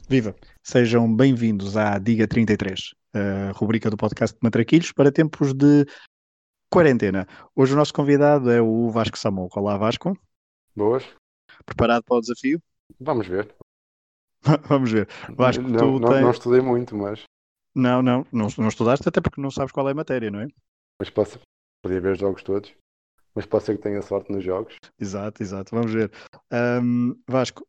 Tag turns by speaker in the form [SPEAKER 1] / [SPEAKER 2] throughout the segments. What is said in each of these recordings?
[SPEAKER 1] Viva! Sejam bem-vindos à Diga 33, a rubrica do podcast de Matraquilhos para tempos de quarentena. Hoje o nosso convidado é o Vasco Samuco. Olá, Vasco.
[SPEAKER 2] Boas?
[SPEAKER 1] Preparado para o desafio?
[SPEAKER 2] Vamos ver.
[SPEAKER 1] Vamos ver. Vasco,
[SPEAKER 2] Não,
[SPEAKER 1] tu
[SPEAKER 2] não, não
[SPEAKER 1] tens...
[SPEAKER 2] estudei muito,
[SPEAKER 1] Não estudaste até porque não sabes qual é a matéria, não é?
[SPEAKER 2] mas podia ver os jogos todos, mas pode ser que tenha sorte nos jogos.
[SPEAKER 1] Exato. Vamos ver. Vasco,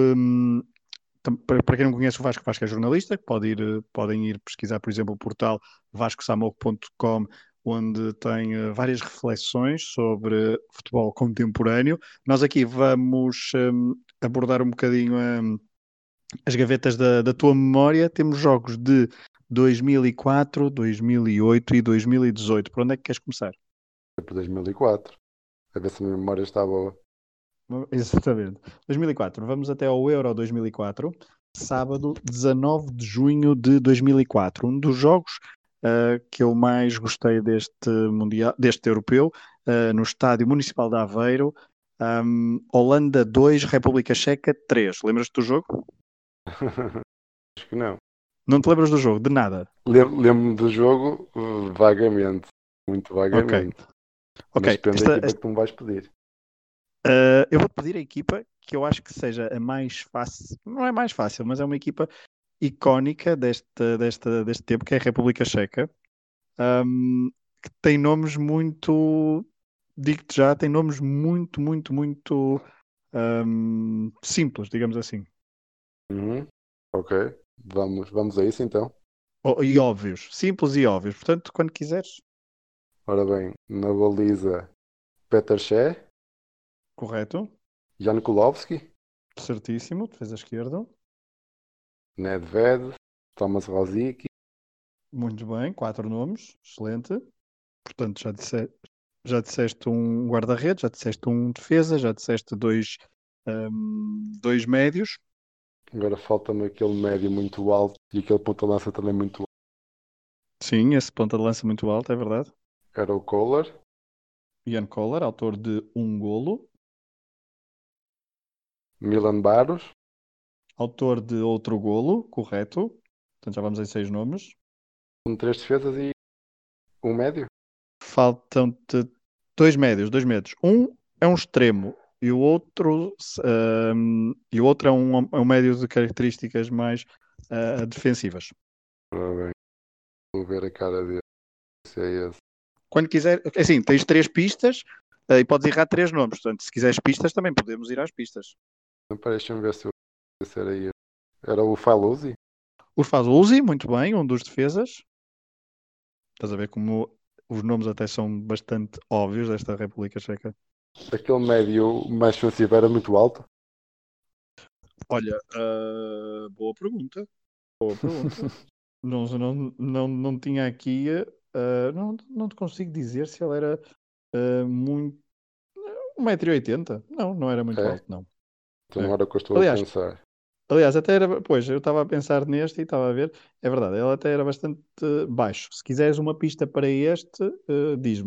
[SPEAKER 1] para quem não conhece o Vasco é jornalista, podem ir pesquisar, por exemplo, o portal vascosamoco.com, onde tem várias reflexões sobre futebol contemporâneo. Nós aqui vamos abordar um bocadinho as gavetas da tua memória. Temos jogos de 2004, 2008 e 2018. Por onde é que queres começar?
[SPEAKER 2] Foi por 2004. A ver se a minha memória está boa.
[SPEAKER 1] Exatamente. 2004. Vamos até ao Euro 2004, sábado 19 de junho de 2004. Um dos jogos que eu mais gostei deste mundial, deste europeu, no Estádio Municipal de Aveiro. Holanda 2, República Checa 3. Lembras-te do jogo?
[SPEAKER 2] Acho que não.
[SPEAKER 1] Não te lembras do jogo? De nada?
[SPEAKER 2] Lembro-me do jogo vagamente, muito
[SPEAKER 1] Ok.
[SPEAKER 2] vagamente,
[SPEAKER 1] Ok.
[SPEAKER 2] mas depende da equipa que tu me vais pedir.
[SPEAKER 1] Eu vou-te pedir a equipa que eu acho que seja a mais fácil. Não é mais fácil, mas é uma equipa icónica deste tempo, que é a República Checa, um, que tem nomes muito, digo-te já, tem nomes muito simples, digamos assim.
[SPEAKER 2] Uhum. Ok, vamos a isso então.
[SPEAKER 1] E óbvios, simples e óbvios. Portanto, quando quiseres,
[SPEAKER 2] Ora bem, na baliza Petr Cech,
[SPEAKER 1] correto,
[SPEAKER 2] Jan Kulowski,
[SPEAKER 1] certíssimo, defesa esquerda,
[SPEAKER 2] Nedved, Thomas Rosicky,
[SPEAKER 1] muito bem, quatro nomes, excelente. Portanto, já disseste um guarda-redes, já disseste um defesa, já disseste dois médios.
[SPEAKER 2] agora falta-me aquele médio muito alto e aquele ponta-lança também muito alto.
[SPEAKER 1] Sim, esse ponta de lança muito alto, é verdade.
[SPEAKER 2] Era o Kohler,
[SPEAKER 1] Ian Kolar, autor de um golo,
[SPEAKER 2] Milan Baros,
[SPEAKER 1] autor de outro golo, correto. Portanto, já vamos em seis nomes.
[SPEAKER 2] com três defesas e um médio.
[SPEAKER 1] Faltam-te dois médios, dois médios. Um é um extremo e o outro é um médio de características mais defensivas.
[SPEAKER 2] Ora bem, vou ver a cara dele. Se é esse.
[SPEAKER 1] Quando quiser, assim, tens três pistas e podes errar três nomes. Portanto, se quiseres pistas, também podemos ir às pistas.
[SPEAKER 2] Então, peraí, deixa-me ver se era esse. Era o Falusi?
[SPEAKER 1] O Fazulzi, muito bem, um dos defesas. Estás a ver como os nomes até são bastante óbvios desta República Checa.
[SPEAKER 2] Aquele médio mais defensivo era muito alto?
[SPEAKER 1] Olha, boa pergunta. Boa pergunta. Não tinha aqui. Não te consigo dizer se ele era muito. 1,80 m. Não era muito
[SPEAKER 2] É?
[SPEAKER 1] alto, não.
[SPEAKER 2] Então
[SPEAKER 1] É.
[SPEAKER 2] não era o que eu estou a
[SPEAKER 1] Aliás,
[SPEAKER 2] pensar.
[SPEAKER 1] aliás, até era. Pois, eu estava a pensar neste e estava a ver. É verdade, ele até era bastante baixo. Se quiseres uma pista para este, diz-me.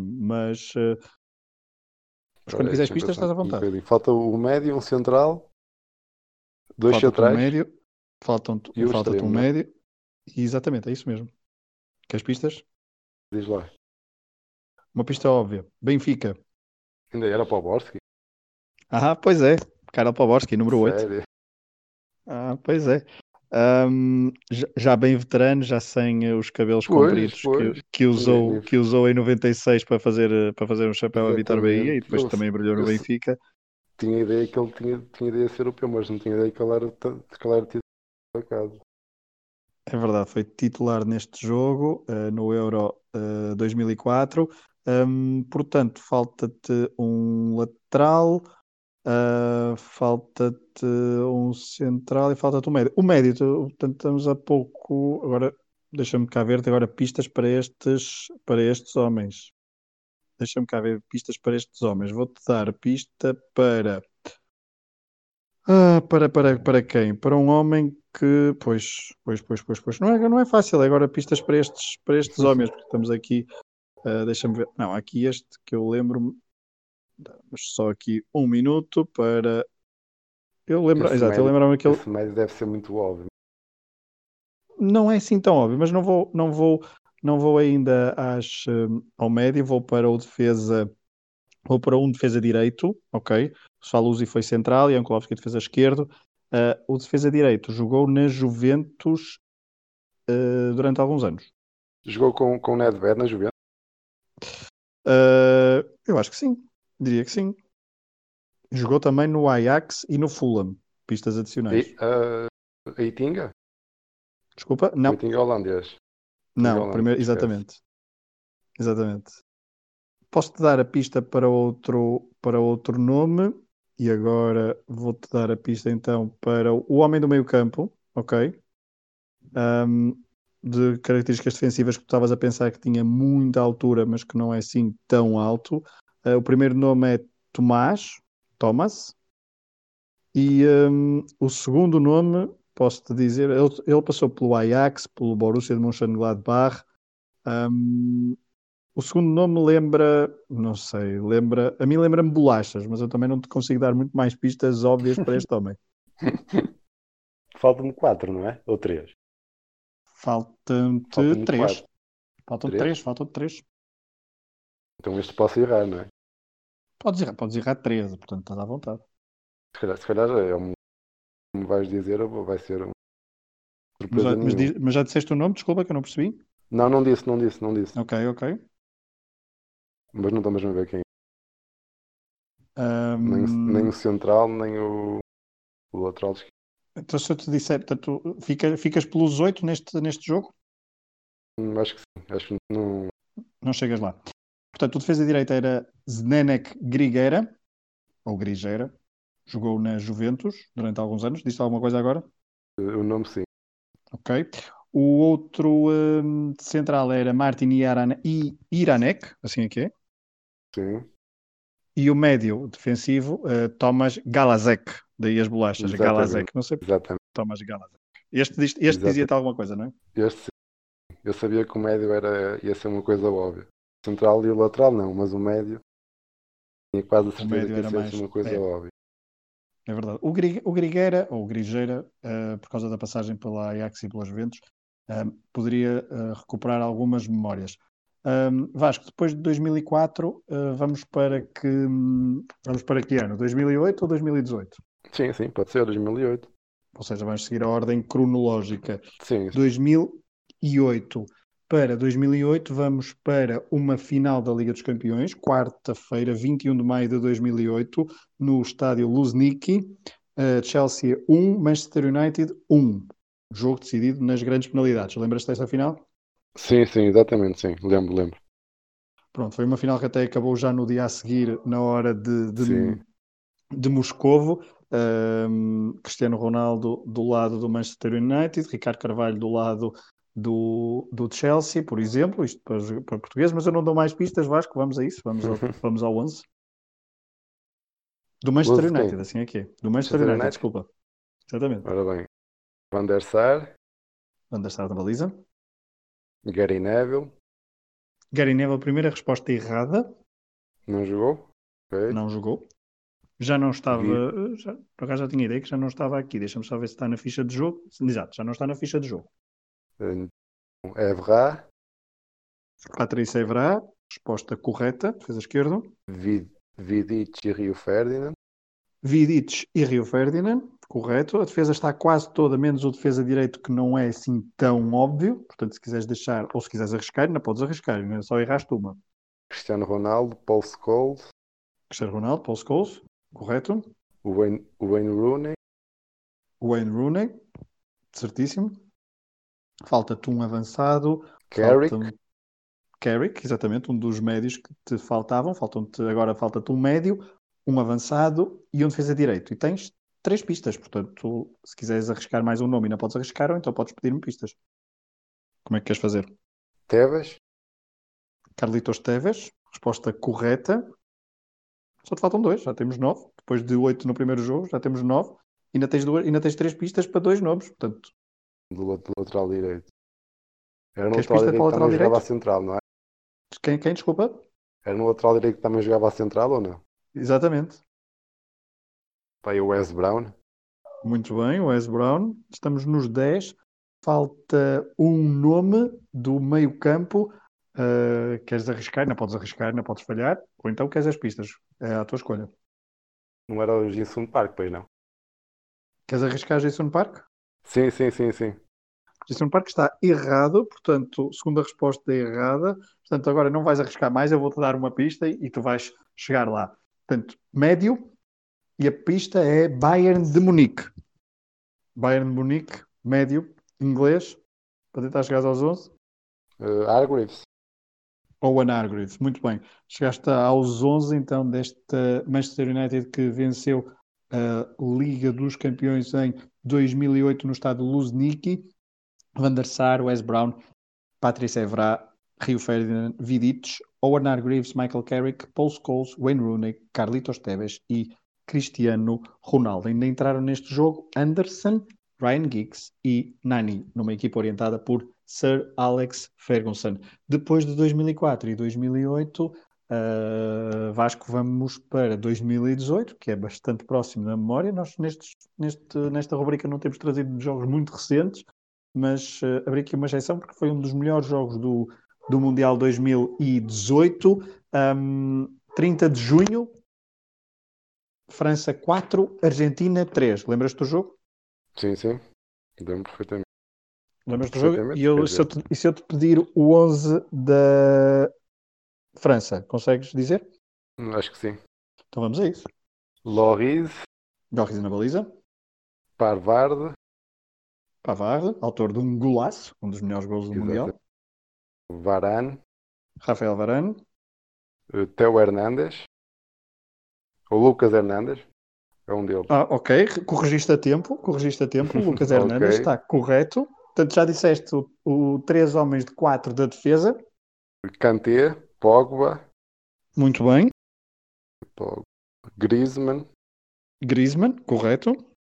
[SPEAKER 1] Mas quando
[SPEAKER 2] Ora,
[SPEAKER 1] quiseres
[SPEAKER 2] deixa-me
[SPEAKER 1] pistas,
[SPEAKER 2] pensar
[SPEAKER 1] estás à
[SPEAKER 2] um
[SPEAKER 1] vontade.
[SPEAKER 2] bocadinho. Falta o médio, um central, dois
[SPEAKER 1] Falta-te um
[SPEAKER 2] centrais
[SPEAKER 1] médio,
[SPEAKER 2] e o
[SPEAKER 1] falta-te um
[SPEAKER 2] extremo, né?
[SPEAKER 1] médio. E exatamente, é isso mesmo. Queres pistas?
[SPEAKER 2] Diz lá.
[SPEAKER 1] Uma pista óbvia. Benfica.
[SPEAKER 2] Ainda era para o Borski?
[SPEAKER 1] Ah, pois é. Karel Poborski, número 8.
[SPEAKER 2] Sério?
[SPEAKER 1] Ah, pois é. Já bem veterano, já sem os cabelos
[SPEAKER 2] Pois,
[SPEAKER 1] compridos
[SPEAKER 2] pois.
[SPEAKER 1] que usou em 96 para fazer um chapéu a Vítor Bahia e
[SPEAKER 2] Exatamente.
[SPEAKER 1] depois também brilhou no Benfica.
[SPEAKER 2] Tinha ideia que ele tinha ideia de ser europeu, mas não tinha ideia que ele era tido por acaso.
[SPEAKER 1] É verdade, foi titular neste jogo, no Euro 2004. Portanto, falta-te um lateral. Falta-te um central e falta-te um médio. O médio, portanto, estamos a pouco. Agora, deixa-me cá ver agora pistas para estes homens. Deixa-me cá ver pistas para estes homens. Vou-te dar pista para. Para quem? Para um homem que. Pois. Não é fácil. Agora pistas para estes homens, porque estamos aqui. Deixa-me ver. Não, aqui este que eu lembro-me. Mas só aqui um minuto para. Eu lembro,
[SPEAKER 2] Esse
[SPEAKER 1] exato, eu
[SPEAKER 2] médio,
[SPEAKER 1] lembrava que ele.
[SPEAKER 2] esse médio deve ser muito óbvio.
[SPEAKER 1] Não é assim tão óbvio, mas não vou ainda ao médio, vou para um defesa direito, ok? O Saluzzi foi central e Jankulovski defesa esquerdo. O defesa direito jogou na Juventus durante alguns anos.
[SPEAKER 2] Jogou com o Nedved na Juventus.
[SPEAKER 1] Eu acho que sim, diria que sim. Jogou também no Ajax e no Fulham, pistas adicionais.
[SPEAKER 2] A Itinga?
[SPEAKER 1] Desculpa,
[SPEAKER 2] O
[SPEAKER 1] não,
[SPEAKER 2] Itinga é holandês. Itinga é
[SPEAKER 1] não,
[SPEAKER 2] holandês,
[SPEAKER 1] primeiro,
[SPEAKER 2] esquece.
[SPEAKER 1] exatamente. Posso-te dar a pista para outro nome e agora vou-te dar a pista então para o homem do meio-campo, ok? Ahm, de características defensivas que tu estavas a pensar que tinha muita altura, mas que não é assim tão alto. O primeiro nome é Thomas, e o segundo nome, posso-te dizer, ele passou pelo Ajax, pelo Borussia de Mönchengladbach. Ahm, o segundo nome lembra, não sei, a mim lembra-me bolachas, mas eu também não te consigo dar muito mais pistas óbvias para este homem.
[SPEAKER 2] Faltam-me 4, não é? Ou 3?
[SPEAKER 1] Faltam-te
[SPEAKER 2] Faltam-me
[SPEAKER 1] três.
[SPEAKER 2] 4.
[SPEAKER 1] Faltam-te
[SPEAKER 2] 3?
[SPEAKER 1] três, faltam-te três.
[SPEAKER 2] Então este posso errar, não é?
[SPEAKER 1] Podes errar 13, portanto estás à vontade.
[SPEAKER 2] Se calhar é como vais dizer, vai ser uma
[SPEAKER 1] Mas,
[SPEAKER 2] surpresa nenhuma.
[SPEAKER 1] mas já disseste o nome, desculpa que eu não percebi.
[SPEAKER 2] Não, não disse, não disse, não disse.
[SPEAKER 1] Ok, ok.
[SPEAKER 2] Mas não estamos a ver quem é. Nem o
[SPEAKER 1] Ahm,
[SPEAKER 2] central, nem o lateral esquerdo.
[SPEAKER 1] então se eu te disser, portanto, ficas pelos 8 neste jogo?
[SPEAKER 2] Acho que sim. Acho que não.
[SPEAKER 1] Não chegas lá. Portanto, o defesa direita era Zdeněk Grigera, ou Grigera, jogou na Juventus durante alguns anos. Disse alguma coisa agora?
[SPEAKER 2] O nome sim.
[SPEAKER 1] Ok. O outro central era Martin Iranek, assim é que é.
[SPEAKER 2] Sim.
[SPEAKER 1] E o médio defensivo, Tomas Galazek, daí as bolachas,
[SPEAKER 2] Exatamente.
[SPEAKER 1] Galazek, não sei,
[SPEAKER 2] Exatamente.
[SPEAKER 1] Tomas Galazek. Este
[SPEAKER 2] Exatamente.
[SPEAKER 1] dizia-te alguma coisa, não é?
[SPEAKER 2] Este sim. Eu sabia que o médio ia ser uma coisa óbvia. O central e o lateral não, mas o médio tinha quase a
[SPEAKER 1] O
[SPEAKER 2] certeza
[SPEAKER 1] médio
[SPEAKER 2] que ia
[SPEAKER 1] era
[SPEAKER 2] ser
[SPEAKER 1] mais.
[SPEAKER 2] uma coisa óbvia.
[SPEAKER 1] É verdade. O Grigueira, ou o Grigeira, por causa da passagem pela Ajax e pelas Juventus, poderia recuperar algumas memórias. Vasco, depois de 2004, vamos para que ano? 2008 ou 2018?
[SPEAKER 2] Sim, sim, pode ser 2008.
[SPEAKER 1] Ou seja, vamos seguir a ordem cronológica.
[SPEAKER 2] Sim,
[SPEAKER 1] 2008. Para 2008, vamos para uma final da Liga dos Campeões, quarta-feira, 21 de maio de 2008, no estádio Luzhniki, Chelsea 1, Manchester United 1. Jogo decidido nas grandes penalidades. Lembras-te dessa final?
[SPEAKER 2] sim, sim, exatamente, sim. Lembro.
[SPEAKER 1] Pronto, foi uma final que até acabou já no dia a seguir, na hora
[SPEAKER 2] Sim.
[SPEAKER 1] de Moscovo. Cristiano Ronaldo do lado do Manchester United, Ricardo Carvalho do lado do Chelsea, por exemplo, isto para português, mas eu não dou mais pistas, Vasco, vamos a isso, vamos ao 11. Do Manchester
[SPEAKER 2] 11 de quem?
[SPEAKER 1] United, assim é que é. Do Manchester
[SPEAKER 2] Manchester
[SPEAKER 1] United,
[SPEAKER 2] United?
[SPEAKER 1] desculpa. Exatamente.
[SPEAKER 2] Ora bem. Van der Sar,
[SPEAKER 1] Van der Sar da baliza.
[SPEAKER 2] Gary Neville,
[SPEAKER 1] Gary Neville, primeira resposta errada,
[SPEAKER 2] não jogou? Ok.
[SPEAKER 1] não jogou. Já não
[SPEAKER 2] Vi,
[SPEAKER 1] estava, por acaso já tinha ideia que já não estava aqui. Deixa-me só ver se está na ficha de jogo. Exato, já não está na ficha de jogo.
[SPEAKER 2] Evra,
[SPEAKER 1] Patrícia Evra, resposta correta, defesa esquerdo.
[SPEAKER 2] Vidic e Rio Ferdinand.
[SPEAKER 1] Vidic e Rio Ferdinand, correto. A defesa está quase toda, menos o defesa direito, que não é assim tão óbvio. Portanto, se quiseres deixar, ou se quiseres arriscar, ainda podes arriscar, ainda só erraste uma.
[SPEAKER 2] Cristiano Ronaldo, Paul Scholes,
[SPEAKER 1] Cristiano Ronaldo, Paul Scholes, correto.
[SPEAKER 2] Wayne Rooney,
[SPEAKER 1] Wayne Rooney, certíssimo. Falta-te um avançado,
[SPEAKER 2] Carrick,
[SPEAKER 1] falta-me Carrick, exatamente, um dos médios que te faltavam. Agora falta-te um médio, um avançado e um defesa direito. E tens três pistas, portanto, se quiseres arriscar mais um nome, ainda podes arriscar, ou então podes pedir-me pistas. Como é que queres fazer?
[SPEAKER 2] Tevez,
[SPEAKER 1] Carlitos Teves, resposta correta. Só te faltam dois, já temos 9. Depois de 8 no primeiro jogo, já temos 9. Ainda tens três pistas para dois nomes, portanto,
[SPEAKER 2] do lateral direito. Era no
[SPEAKER 1] queres
[SPEAKER 2] lateral
[SPEAKER 1] pista para
[SPEAKER 2] direito
[SPEAKER 1] o
[SPEAKER 2] que
[SPEAKER 1] lateral
[SPEAKER 2] também jogava a
[SPEAKER 1] direito?
[SPEAKER 2] central, não é?
[SPEAKER 1] Quem, desculpa?
[SPEAKER 2] Era no lateral direito que também jogava a central ou não?
[SPEAKER 1] Exatamente.
[SPEAKER 2] Pai, o Wes Brown.
[SPEAKER 1] Muito bem, Wes Brown. Estamos nos 10. falta um nome do meio-campo. Queres arriscar? Não podes arriscar, não podes falhar. Ou então queres as pistas? É a tua escolha.
[SPEAKER 2] Não era o Jinsun Park, pois não?
[SPEAKER 1] Queres arriscar Jason Park?
[SPEAKER 2] Sim, sim, sim, sim.
[SPEAKER 1] Jason Park está errado, portanto, segunda resposta é errada. Portanto, agora não vais arriscar mais, eu vou-te dar uma pista e tu vais chegar lá. Portanto, médio, e a pista é Bayern de Munique. Bayern de Munique, médio, inglês, para tentar chegar aos 11.
[SPEAKER 2] Hargreaves.
[SPEAKER 1] Owen Hargreaves, muito bem. Chegaste aos 11, então, deste Manchester United que venceu a Liga dos Campeões em 2008 no estádio Luzhniki. Van der Sar, Wes Brown, Patrice Evra, Rio Ferdinand, Vidic, Owen Hargreaves, Michael Carrick, Paul Scholes, Wayne Rooney, Carlitos Tevez e Cristiano Ronaldo. Ainda entraram neste jogo Anderson, Ryan Giggs e Nani, numa equipa orientada por Sir Alex Ferguson. Depois de 2004 e 2008, Vasco, vamos para 2018, que é bastante próximo da memória. Nós nesta rubrica não temos trazido jogos muito recentes, mas abri aqui uma exceção porque foi um dos melhores jogos do Mundial 2018. 30 de junho, França 4, Argentina 3. Lembras-te do jogo?
[SPEAKER 2] Sim, sim. Lembro perfeitamente.
[SPEAKER 1] Lembras-te do jogo?
[SPEAKER 2] Perfeitamente, quer dizer,
[SPEAKER 1] Se eu te pedir o 11 da França, consegues dizer?
[SPEAKER 2] acho que sim.
[SPEAKER 1] Então vamos a isso.
[SPEAKER 2] Loris,
[SPEAKER 1] Lloris na baliza.
[SPEAKER 2] Pavard,
[SPEAKER 1] Pavard, autor de um golaço, um dos melhores golos do
[SPEAKER 2] exatamente.
[SPEAKER 1] Mundial.
[SPEAKER 2] Varane,
[SPEAKER 1] Rafael Varane.
[SPEAKER 2] Theo Hernandes, ou Lucas Hernandes, é um deles.
[SPEAKER 1] Ok, corrigiste a tempo. Lucas Hernandes
[SPEAKER 2] Ok.
[SPEAKER 1] está correto. Portanto, já disseste o 3 homens de 4 da defesa.
[SPEAKER 2] Kanté, Pogba,
[SPEAKER 1] Muito bem.
[SPEAKER 2] Griezmann,
[SPEAKER 1] Griezmann, correto.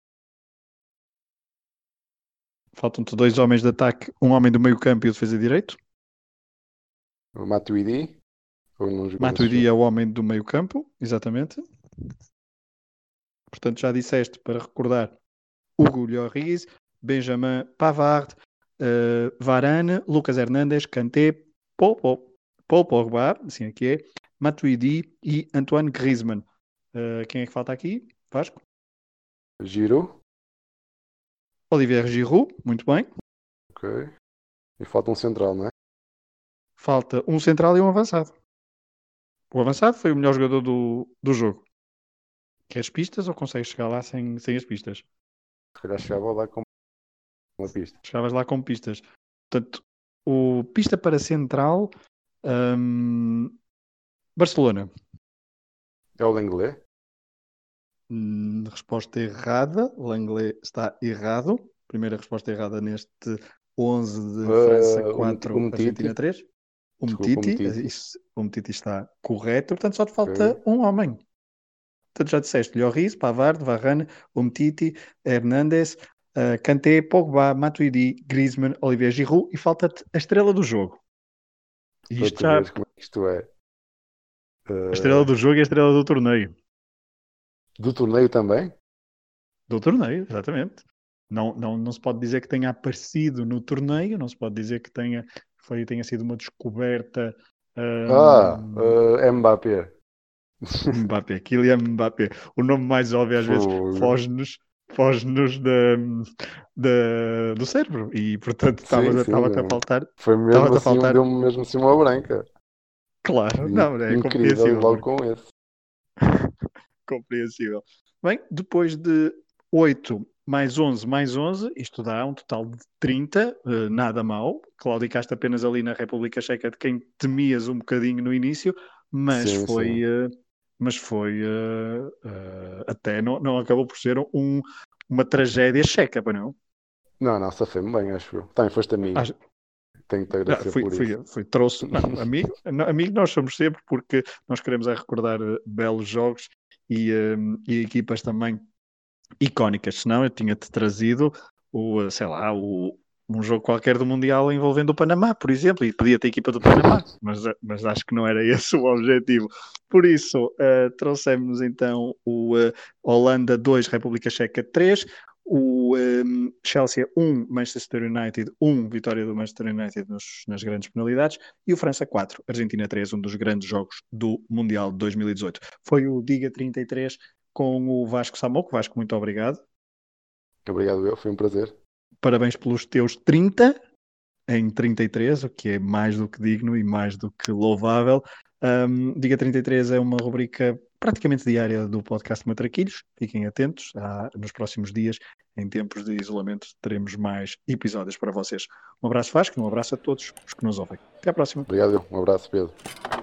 [SPEAKER 1] Faltam-te 2 homens de ataque, um homem do meio campo e o defesa direito.
[SPEAKER 2] Matuidi, ou não jogou nesse
[SPEAKER 1] Matuidi
[SPEAKER 2] jogo.
[SPEAKER 1] é o homem do meio campo, exatamente. Portanto, já disseste, para recordar, Hugo Lloris, Benjamin Pavard, Varane, Lucas Hernandes, Kanté, Paul Pogba, assim aqui é, Matuidi e Antoine Griezmann. Quem é que falta aqui? Vasco?
[SPEAKER 2] Giroud,
[SPEAKER 1] Olivier Giroud, muito bem.
[SPEAKER 2] ok. E falta um central, não é?
[SPEAKER 1] Falta um central e um avançado. O avançado foi o melhor jogador do jogo. Queres pistas ou consegues chegar lá sem as pistas?
[SPEAKER 2] Se calhar chegava lá com uma pista.
[SPEAKER 1] Chegavas lá com pistas. Portanto, o pista para central, Barcelona.
[SPEAKER 2] É o Lenglet?
[SPEAKER 1] Resposta errada. Langley está errado. Primeira resposta errada neste 11 de França
[SPEAKER 2] O
[SPEAKER 1] 4,
[SPEAKER 2] Umtiti.
[SPEAKER 1] Argentina 3.
[SPEAKER 2] Desculpa,
[SPEAKER 1] Umtiti.
[SPEAKER 2] Umtiti.
[SPEAKER 1] O Umtiti está correto. Portanto, só te falta
[SPEAKER 2] Ok.
[SPEAKER 1] um homem. Portanto, já disseste Lloris, Pavard, Varane, Umtiti, Hernandes, Kanté, Pogba, Matuidi, Griezmann, Olivier Giroud e falta-te a estrela do jogo. E
[SPEAKER 2] Para
[SPEAKER 1] isto
[SPEAKER 2] tu
[SPEAKER 1] já,
[SPEAKER 2] veres como é que isto é.
[SPEAKER 1] a estrela
[SPEAKER 2] Uh,
[SPEAKER 1] do jogo e a estrela do torneio.
[SPEAKER 2] do torneio também?
[SPEAKER 1] Do torneio, exatamente. Não se pode dizer que tenha aparecido no torneio, não se pode dizer que tenha sido uma descoberta.
[SPEAKER 2] Mbappé.
[SPEAKER 1] Mbappé, Kylian Mbappé. O nome mais óbvio às vezes
[SPEAKER 2] Fogo.
[SPEAKER 1] foge-nos do cérebro e portanto
[SPEAKER 2] Sim, sim.
[SPEAKER 1] estava-te a faltar,
[SPEAKER 2] Foi mesmo
[SPEAKER 1] estava-te a
[SPEAKER 2] assim,
[SPEAKER 1] faltar,
[SPEAKER 2] deu-me mesmo assim uma branca.
[SPEAKER 1] claro, não, é
[SPEAKER 2] Incrível, e
[SPEAKER 1] compreensível,
[SPEAKER 2] logo com esse.
[SPEAKER 1] compreensível. Bem, depois de 8 mais 11, isto dá um total de 30, nada mal. Claudicasta apenas ali na República Checa de quem temias um bocadinho no início, mas
[SPEAKER 2] Sim,
[SPEAKER 1] foi,
[SPEAKER 2] sim.
[SPEAKER 1] até não acabou por ser uma tragédia checa, para não?
[SPEAKER 2] Não, não, safei-me bem, acho eu. Também foste amigo.
[SPEAKER 1] Acho-
[SPEAKER 2] Tenho que te
[SPEAKER 1] não,
[SPEAKER 2] agradecer por isso.
[SPEAKER 1] trouxe, não, amigo nós somos sempre porque nós queremos recordar belos jogos e equipas também icónicas, senão eu tinha-te trazido sei lá, um jogo qualquer do Mundial envolvendo o Panamá, por exemplo, e podia ter a equipa do Panamá, mas acho que não era esse o objetivo. Por isso, trouxemos então o Holanda 2, República Checa 3, O Chelsea 1, Manchester United 1, vitória do Manchester United nas grandes penalidades, e o França 4, Argentina 3, um dos grandes jogos do Mundial de 2018. Foi o Diga 33 com o Vasco Samoco. Vasco, muito obrigado.
[SPEAKER 2] Obrigado, foi um prazer.
[SPEAKER 1] Parabéns pelos teus 30 em 33, o que é mais do que digno e mais do que louvável. Diga 33 é uma rubrica praticamente diária do podcast Matraquilhos. Fiquem atentos. Nos próximos dias, em tempos de isolamento, teremos mais episódios para vocês. Um abraço, Vasco, um abraço a todos os que nos ouvem. Até à próxima.
[SPEAKER 2] Obrigado, um abraço, Pedro.